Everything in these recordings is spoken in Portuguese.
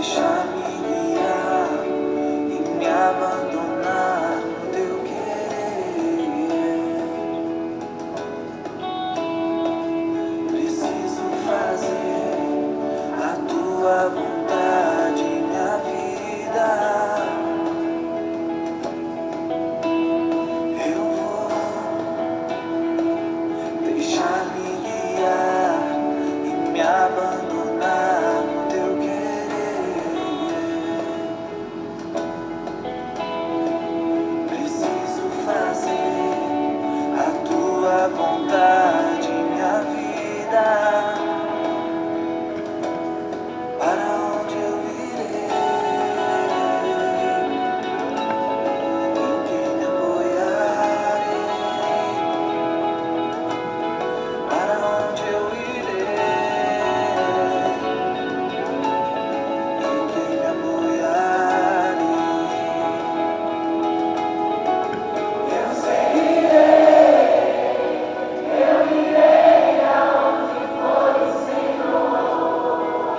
deixar-me guiar e me abandonar no teu querer. Preciso fazer a tua vontade, minha vida. Eu vou deixar-me guiar e me abandonar no teu querer. Preciso fazer a tua vontade, minha vida. Para onde eu irei? Em quem me apoiarei? Para onde eu irei? Em quem me apoiarei? Eu seguirei, eu irei aonde for o Senhor.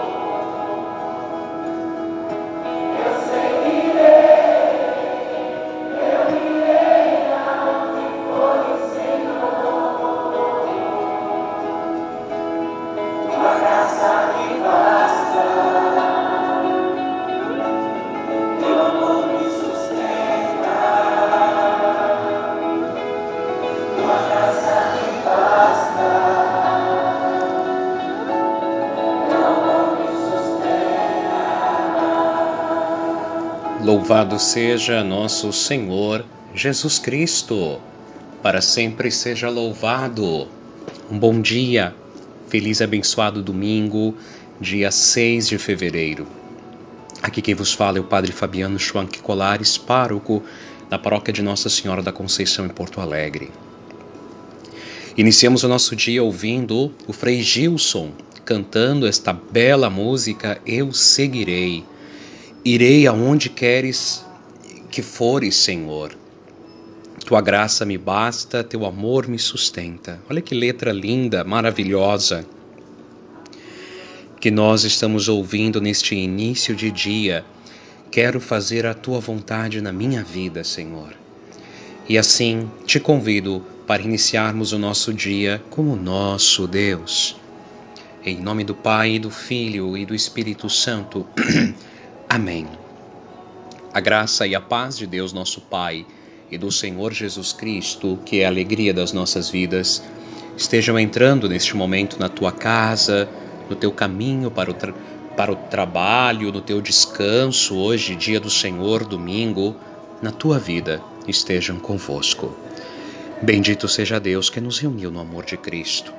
Eu seguirei, eu irei aonde for o Senhor. Tua graça me basta, teu amor me sustenta. Tua graça me basta, teu amor me sustenta. Louvado seja nosso Senhor Jesus Cristo, para sempre seja louvado. Um bom dia, feliz e abençoado domingo, dia 6 de fevereiro. Aqui quem vos fala é o Padre Fabiano Schwanck Colares, pároco da paróquia de Nossa Senhora da Conceição em Porto Alegre. Iniciamos o nosso dia ouvindo o Frei Gilson cantando esta bela música, Eu Seguirei. Irei aonde queres que fores, Senhor. Tua graça me basta, teu amor me sustenta. Olha que letra linda, maravilhosa, que nós estamos ouvindo neste início de dia. Quero fazer a tua vontade na minha vida, Senhor. E assim te convido para iniciarmos o nosso dia com o nosso Deus. Em nome do Pai, do Filho e do Espírito Santo. Amém. A graça e a paz de Deus nosso Pai e do Senhor Jesus Cristo, que é a alegria das nossas vidas, estejam entrando neste momento na tua casa, no teu caminho para o trabalho, no teu descanso, hoje, dia do Senhor, domingo, na tua vida, estejam convosco. Bendito seja Deus que nos reuniu no amor de Cristo.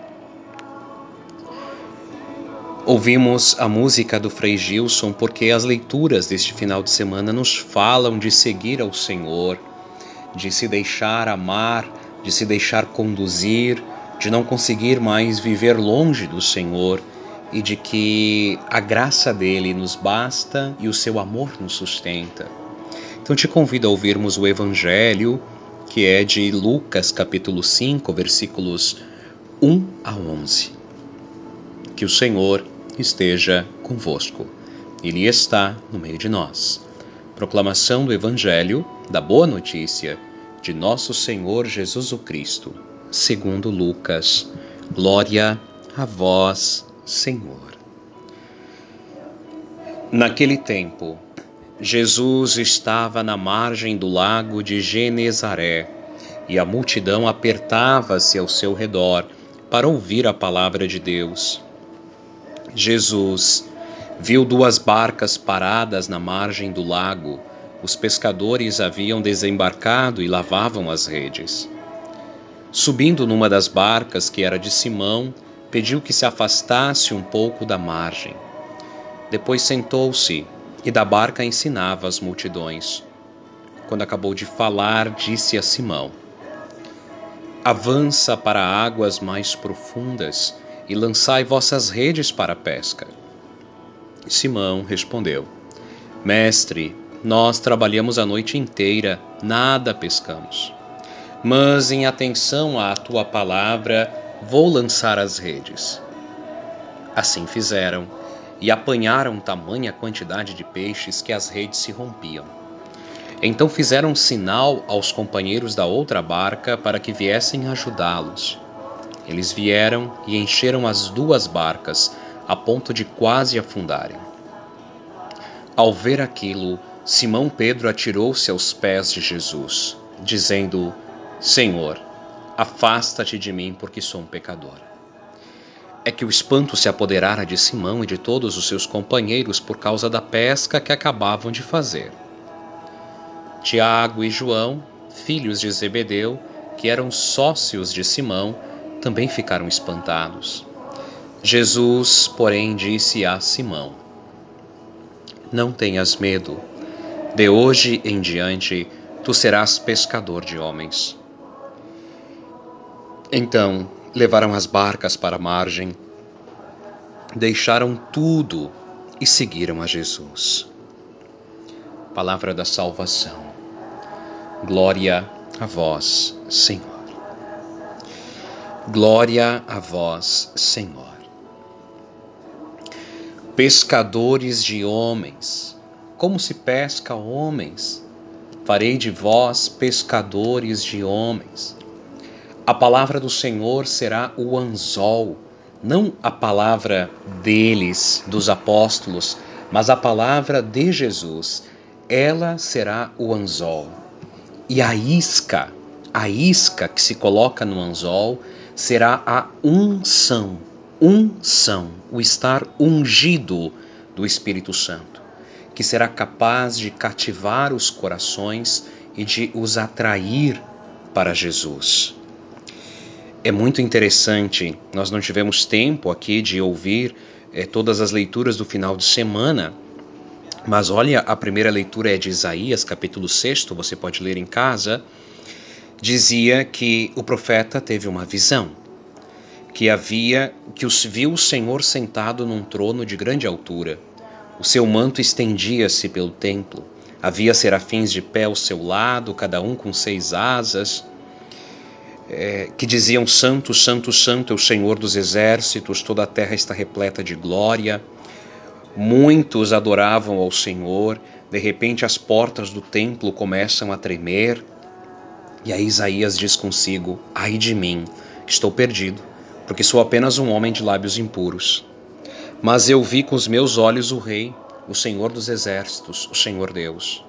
Ouvimos a música do Frei Gilson porque as leituras deste final de semana nos falam de seguir ao Senhor, de se deixar amar, de se deixar conduzir, de não conseguir mais viver longe do Senhor e de que a graça dele nos basta e o seu amor nos sustenta. Então te convido a ouvirmos o Evangelho, que é de Lucas capítulo 5, versículos 1 a 11. Que o Senhor esteja convosco. Ele está no meio de nós. Proclamação do Evangelho da Boa Notícia de nosso Senhor Jesus o Cristo, segundo Lucas. Glória a vós, Senhor. Naquele tempo, Jesus estava na margem do lago de Genezaré e a multidão apertava-se ao seu redor para ouvir a palavra de Deus. Jesus viu 2 barcas paradas na margem do lago. Os pescadores haviam desembarcado e lavavam as redes. Subindo numa das barcas, que era de Simão, pediu que se afastasse um pouco da margem. Depois sentou-se e da barca ensinava as multidões. Quando acabou de falar, disse a Simão: Avança para águas mais profundas e lançai vossas redes para a pesca. Simão respondeu: Mestre, nós trabalhamos a noite inteira, nada pescamos. Mas em atenção à tua palavra, vou lançar as redes. Assim fizeram, e apanharam tamanha quantidade de peixes que as redes se rompiam. Então fizeram sinal aos companheiros da outra barca para que viessem ajudá-los. Eles vieram e encheram as 2 barcas, a ponto de quase afundarem. Ao ver aquilo, Simão Pedro atirou-se aos pés de Jesus, dizendo: Senhor, afasta-te de mim, porque sou um pecador. É que o espanto se apoderara de Simão e de todos os seus companheiros por causa da pesca que acabavam de fazer. Tiago e João, filhos de Zebedeu, que eram sócios de Simão, também ficaram espantados. Jesus, porém, disse a Simão: Não tenhas medo. De hoje em diante, tu serás pescador de homens. Então, levaram as barcas para a margem, deixaram tudo e seguiram a Jesus. Palavra da salvação. Glória a vós, Senhor. Glória a vós, Senhor. Pescadores de homens. Como se pesca homens? Farei de vós pescadores de homens. A palavra do Senhor será o anzol, não a palavra deles, dos apóstolos, mas a palavra de Jesus. Ela será o anzol. E a isca que se coloca no anzol será a unção, o estar ungido do Espírito Santo, que será capaz de cativar os corações e de os atrair para Jesus. É muito interessante, nós não tivemos tempo aqui de ouvir todas as leituras do final de semana, mas olha, a primeira leitura é de Isaías, capítulo 6, você pode ler em casa. Dizia que o profeta teve uma visão, que viu o Senhor sentado num trono de grande altura. O seu manto estendia-se pelo templo. Havia serafins de pé ao seu lado, cada um com 6 asas, que diziam: Santo, Santo, Santo é o Senhor dos exércitos, toda a terra está repleta de glória. Muitos adoravam ao Senhor. De repente as portas do templo começam a tremer. E aí Isaías diz consigo: ai de mim, estou perdido, porque sou apenas um homem de lábios impuros. Mas eu vi com os meus olhos o Rei, o Senhor dos exércitos, o Senhor Deus.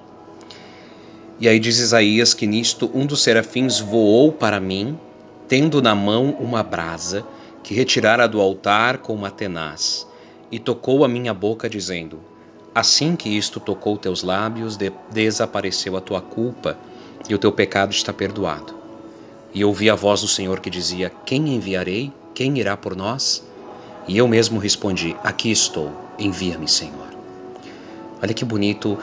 E aí diz Isaías que nisto um dos serafins voou para mim, tendo na mão uma brasa que retirara do altar com uma tenaz, e tocou a minha boca, dizendo: assim que isto tocou teus lábios, desapareceu a tua culpa, e o teu pecado está perdoado. E ouvi a voz do Senhor que dizia: quem enviarei? Quem irá por nós? E eu mesmo respondi: aqui estou, envia-me, Senhor. Olha que bonito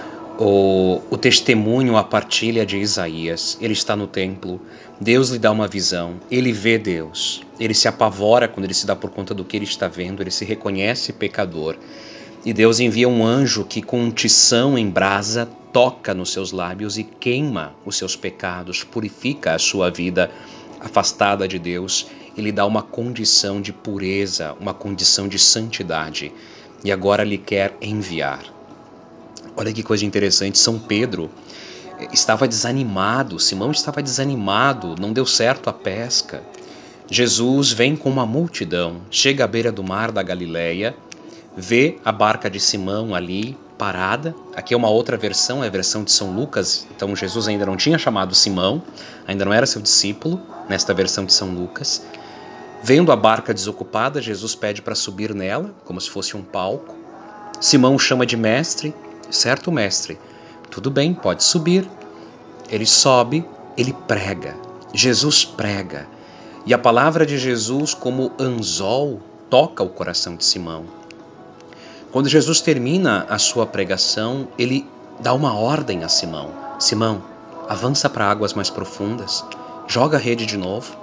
o testemunho, a partilha de Isaías. Ele está no templo, Deus lhe dá uma visão, ele vê Deus, ele se apavora quando ele se dá por conta do que ele está vendo, ele se reconhece pecador. E Deus envia um anjo que com tição em brasa toca nos seus lábios e queima os seus pecados, purifica a sua vida afastada de Deus e lhe dá uma condição de pureza, uma condição de santidade. E agora lhe quer enviar. Olha que coisa interessante, São Pedro estava desanimado, Simão estava desanimado, não deu certo a pesca. Jesus vem com uma multidão, chega à beira do mar da Galileia, vê a barca de Simão ali parada. Aqui é uma outra versão, é a versão de São Lucas. Então Jesus ainda não tinha chamado Simão, ainda não era seu discípulo, nesta versão de São Lucas. Vendo a barca desocupada, Jesus pede para subir nela, como se fosse um palco. Simão chama de mestre. Certo, mestre? Tudo bem, pode subir. Ele sobe, ele prega. Jesus prega. E a palavra de Jesus, como anzol, toca o coração de Simão. Quando Jesus termina a sua pregação, ele dá uma ordem a Simão: Simão, avança para águas mais profundas, joga a rede de novo.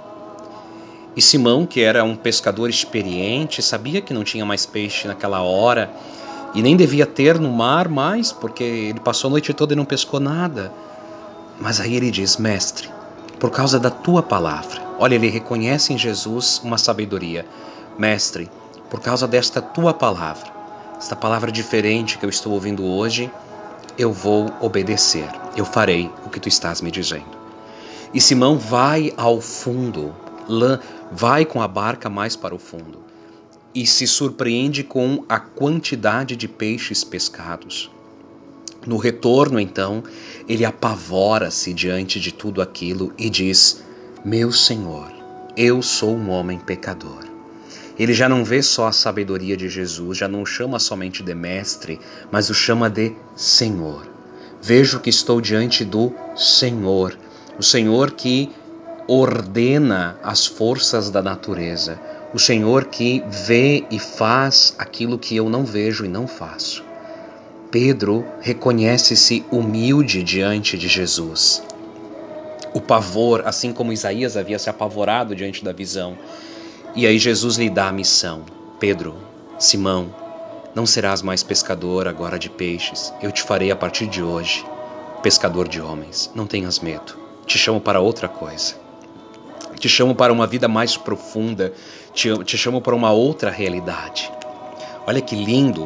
E Simão, que era um pescador experiente, sabia que não tinha mais peixe naquela hora e nem devia ter no mar mais, porque ele passou a noite toda e não pescou nada. Mas aí ele diz: mestre, por causa da tua palavra. Olha, ele reconhece em Jesus uma sabedoria. Mestre, por causa desta tua palavra, esta palavra diferente que eu estou ouvindo hoje, eu vou obedecer, eu farei o que tu estás me dizendo. E Simão vai ao fundo, vai com a barca mais para o fundo e se surpreende com a quantidade de peixes pescados. No retorno, então, ele apavora-se diante de tudo aquilo e diz: meu Senhor, eu sou um homem pecador. Ele já não vê só a sabedoria de Jesus, já não o chama somente de mestre, mas o chama de Senhor. Vejo que estou diante do Senhor, o Senhor que ordena as forças da natureza, o Senhor que vê e faz aquilo que eu não vejo e não faço. Pedro reconhece-se humilde diante de Jesus. O pavor, assim como Isaías havia se apavorado diante da visão. E aí Jesus lhe dá a missão: Pedro, Simão, não serás mais pescador agora de peixes, eu te farei a partir de hoje pescador de homens. Não tenhas medo, te chamo para outra coisa. Te chamo para uma vida mais profunda, te chamo para uma outra realidade. Olha que lindo.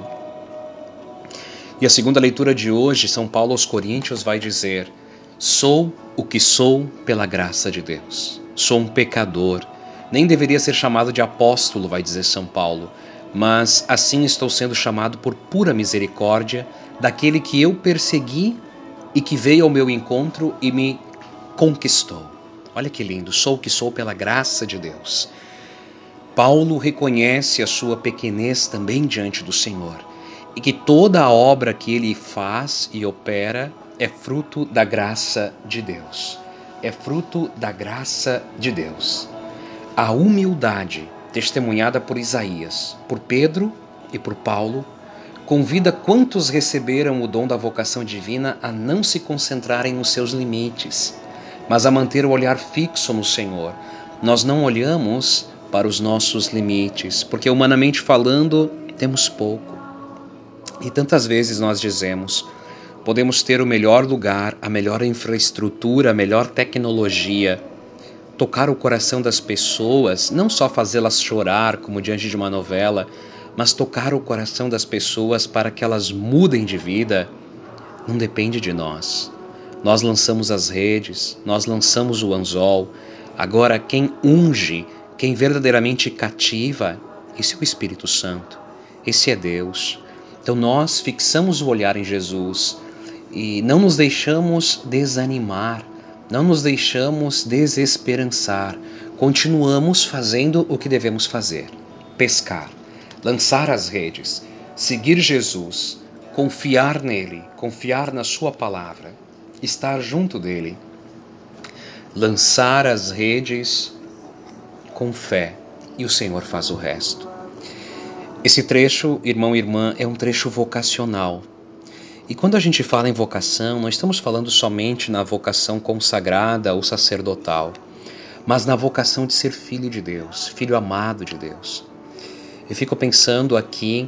E a segunda leitura de hoje, São Paulo aos Coríntios vai dizer: sou o que sou pela graça de Deus. Sou um pecador. Nem deveria ser chamado de apóstolo, vai dizer São Paulo, mas assim estou sendo chamado por pura misericórdia daquele que eu persegui e que veio ao meu encontro e me conquistou. Olha que lindo, sou o que sou pela graça de Deus. Paulo reconhece a sua pequenez também diante do Senhor e que toda a obra que ele faz e opera é fruto da graça de Deus. É fruto da graça de Deus. A humildade testemunhada por Isaías, por Pedro e por Paulo convida quantos receberam o dom da vocação divina a não se concentrarem nos seus limites, mas a manter o olhar fixo no Senhor. Nós não olhamos para os nossos limites, porque humanamente falando, temos pouco. E tantas vezes nós dizemos: podemos ter o melhor lugar, a melhor infraestrutura, a melhor tecnologia, tocar o coração das pessoas, não só fazê-las chorar como diante de uma novela, mas tocar o coração das pessoas para que elas mudem de vida, não depende de nós. Nós lançamos as redes, nós lançamos o anzol. Agora quem unge, quem verdadeiramente cativa, esse é o Espírito Santo, esse é Deus. Então nós fixamos o olhar em Jesus e não nos deixamos desanimar, não nos deixamos desesperançar. Continuamos fazendo o que devemos fazer: pescar, lançar as redes, seguir Jesus, confiar nele, confiar na sua palavra, estar junto dele, lançar as redes com fé e o Senhor faz o resto. Esse trecho, irmão e irmã, é um trecho vocacional. E quando a gente fala em vocação, não estamos falando somente na vocação consagrada ou sacerdotal, mas na vocação de ser filho de Deus, filho amado de Deus. Eu fico pensando aqui,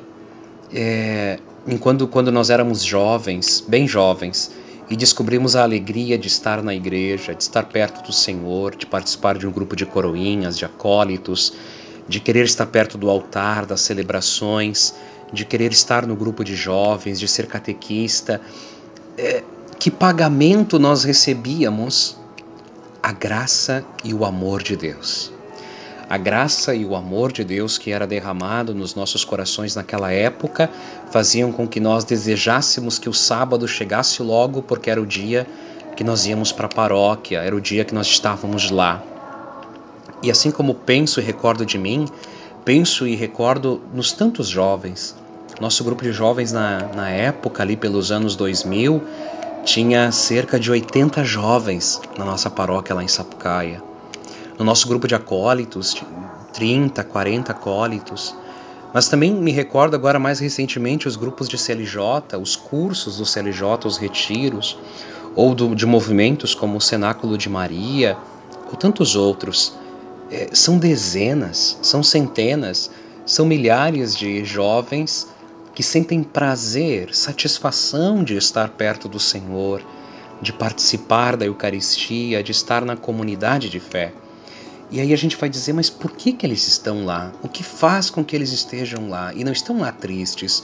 quando nós éramos jovens, bem jovens, e descobrimos a alegria de estar na igreja, de estar perto do Senhor, de participar de um grupo de coroinhas, de acólitos, de querer estar perto do altar, das celebrações, de querer estar no grupo de jovens, de ser catequista. Que pagamento nós recebíamos? A graça e o amor de Deus. A graça e o amor de Deus que era derramado nos nossos corações naquela época faziam com que nós desejássemos que o sábado chegasse logo, porque era o dia que nós íamos para a paróquia, era o dia que nós estávamos lá. E assim como penso e recordo de mim, penso e recordo nos tantos jovens. Nosso grupo de jovens na época, ali pelos anos 2000, tinha cerca de 80 jovens na nossa paróquia lá em Sapucaia. No nosso grupo de acólitos, 30, 40 acólitos. Mas também me recordo agora mais recentemente os grupos de CLJ, os cursos do CLJ, os retiros, ou de movimentos como o Cenáculo de Maria, ou tantos outros. São dezenas, são centenas, são milhares de jovens que sentem prazer, satisfação de estar perto do Senhor, de participar da Eucaristia, de estar na comunidade de fé. E aí a gente vai dizer, mas por que eles estão lá? O que faz com que eles estejam lá? E não estão lá tristes,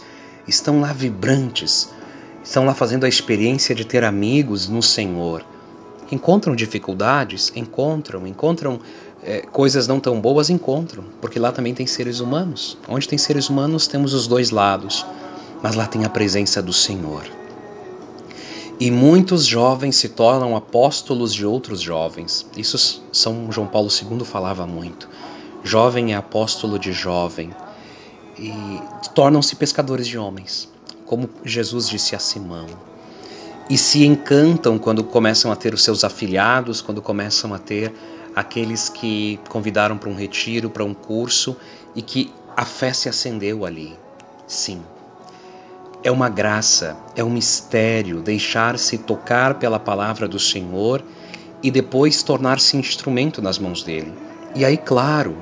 estão lá vibrantes, estão lá fazendo a experiência de ter amigos no Senhor. Encontram dificuldades? Encontram coisas não tão boas? Encontram, porque lá também tem seres humanos. Onde tem seres humanos temos os dois lados, mas lá tem a presença do Senhor. E muitos jovens se tornam apóstolos de outros jovens. Isso São João Paulo II falava muito. Jovem é apóstolo de jovem. E tornam-se pescadores de homens, como Jesus disse a Simão. E se encantam quando começam a ter os seus afilhados, quando começam a ter aqueles que convidaram para um retiro, para um curso, e que a fé se acendeu ali. Sim. É uma graça, é um mistério deixar-se tocar pela palavra do Senhor e depois tornar-se instrumento nas mãos dele. E aí, claro,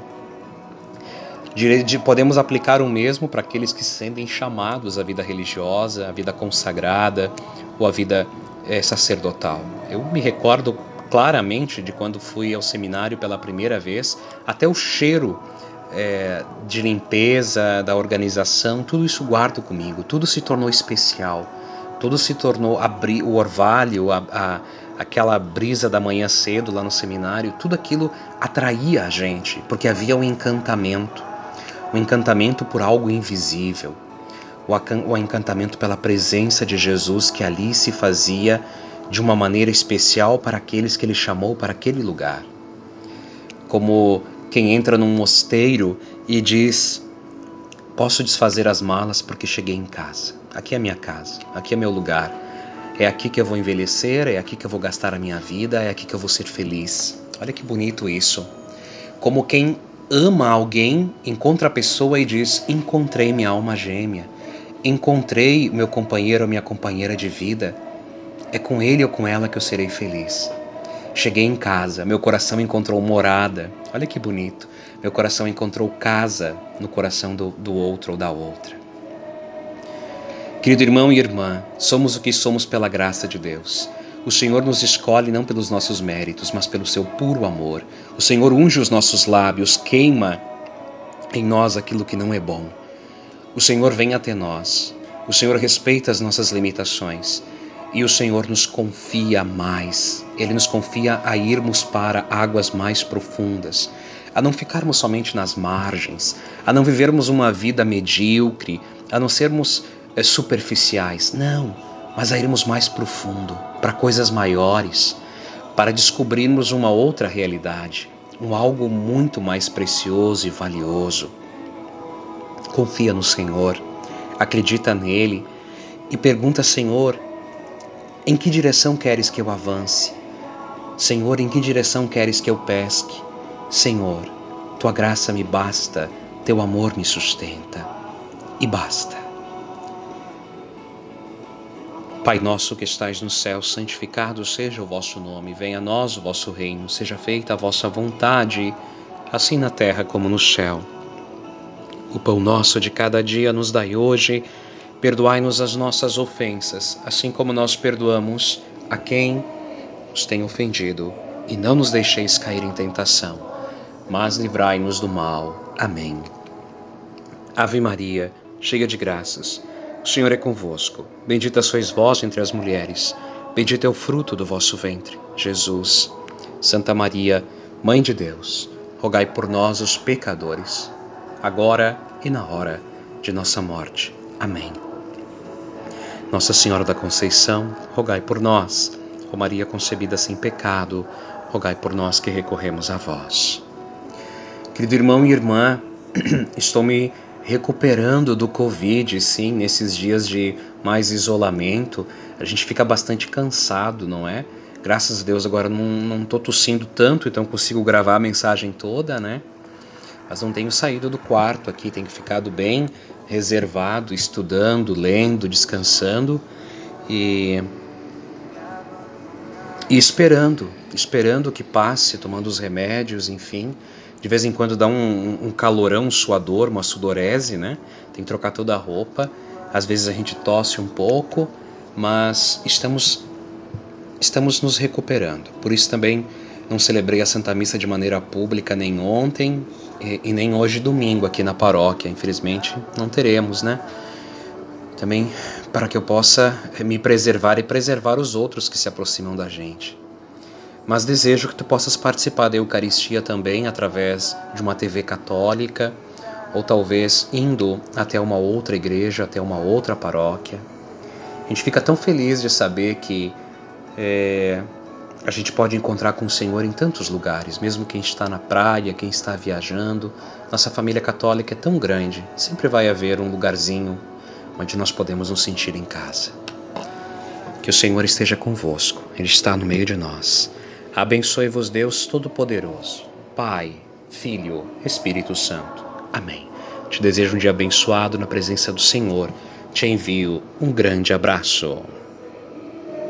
podemos aplicar o mesmo para aqueles que se sentem chamados à vida religiosa, à vida consagrada ou à vida sacerdotal. Eu me recordo claramente de quando fui ao seminário pela primeira vez, até o cheiro de limpeza, da organização, tudo isso guardo comigo, tudo se tornou especial, tudo se tornou o orvalho, aquela brisa da manhã cedo lá no seminário, tudo aquilo atraía a gente, porque havia um encantamento por algo invisível, o encantamento pela presença de Jesus que ali se fazia de uma maneira especial para aqueles que ele chamou para aquele lugar. Como quem entra num mosteiro e diz: posso desfazer as malas porque cheguei em casa. Aqui é minha casa, aqui é meu lugar. É aqui que eu vou envelhecer, é aqui que eu vou gastar a minha vida, é aqui que eu vou ser feliz. Olha que bonito isso. Como quem ama alguém, encontra a pessoa e diz: encontrei minha alma gêmea, encontrei meu companheiro ou minha companheira de vida. É com ele ou com ela que eu serei feliz. Cheguei em casa, meu coração encontrou morada. Olha que bonito. Meu coração encontrou casa no coração do outro ou da outra. Querido irmão e irmã, somos o que somos pela graça de Deus. O Senhor nos escolhe não pelos nossos méritos, mas pelo seu puro amor. O Senhor unge os nossos lábios, queima em nós aquilo que não é bom. O Senhor vem até nós. O Senhor respeita as nossas limitações. E o Senhor nos confia mais. Ele nos confia a irmos para águas mais profundas, a não ficarmos somente nas margens, a não vivermos uma vida medíocre, a não sermos superficiais. Não, mas a irmos mais profundo, para coisas maiores, para descobrirmos uma outra realidade, algo muito mais precioso e valioso. Confia no Senhor, acredita nele e pergunta: Senhor, em que direção queres que eu avance? Senhor, em que direção queres que eu pesque? Senhor, tua graça me basta, teu amor me sustenta. E basta. Pai nosso que estais no céu, santificado seja o vosso nome. Venha a nós o vosso reino, seja feita a vossa vontade, assim na terra como no céu. O pão nosso de cada dia nos dai hoje. Perdoai-nos as nossas ofensas, assim como nós perdoamos a quem nos tem ofendido. E não nos deixeis cair em tentação, mas livrai-nos do mal. Amém. Ave Maria, cheia de graças, o Senhor é convosco. Bendita sois vós entre as mulheres. Bendito é o fruto do vosso ventre, Jesus. Santa Maria, Mãe de Deus, rogai por nós, os pecadores, agora e na hora de nossa morte. Amém. Nossa Senhora da Conceição, rogai por nós. Ó Maria concebida sem pecado, rogai por nós que recorremos a vós. Querido irmão e irmã, estou me recuperando do Covid, sim, nesses dias de mais isolamento. A gente fica bastante cansado, não é? Graças a Deus agora não estou tossindo tanto, então consigo gravar a mensagem toda, né? Mas não tenho saído do quarto aqui, tenho ficado bem reservado, estudando, lendo, descansando e esperando que passe, tomando os remédios, enfim. De vez em quando dá um calorão, um suador, uma sudorese, né? Tem que trocar toda a roupa. Às vezes a gente tosse um pouco, mas estamos nos recuperando. Por isso também não celebrei a Santa Missa de maneira pública nem ontem e nem hoje domingo aqui na paróquia. Infelizmente não teremos, né? também para que eu possa me preservar e preservar os outros que se aproximam da gente. Mas desejo que tu possas participar da Eucaristia também através de uma TV católica, ou talvez indo até uma outra igreja, até uma outra paróquia. A gente fica tão feliz de saber que a gente pode encontrar com o Senhor em tantos lugares, mesmo quem está na praia, quem está viajando. Nossa família católica é tão grande, sempre vai haver um lugarzinho onde nós podemos nos sentir em casa. Que o Senhor esteja convosco, Ele está no meio de nós. Abençoe-vos Deus Todo-Poderoso, Pai, Filho, Espírito Santo. Amém. Te desejo um dia abençoado na presença do Senhor. Te envio um grande abraço.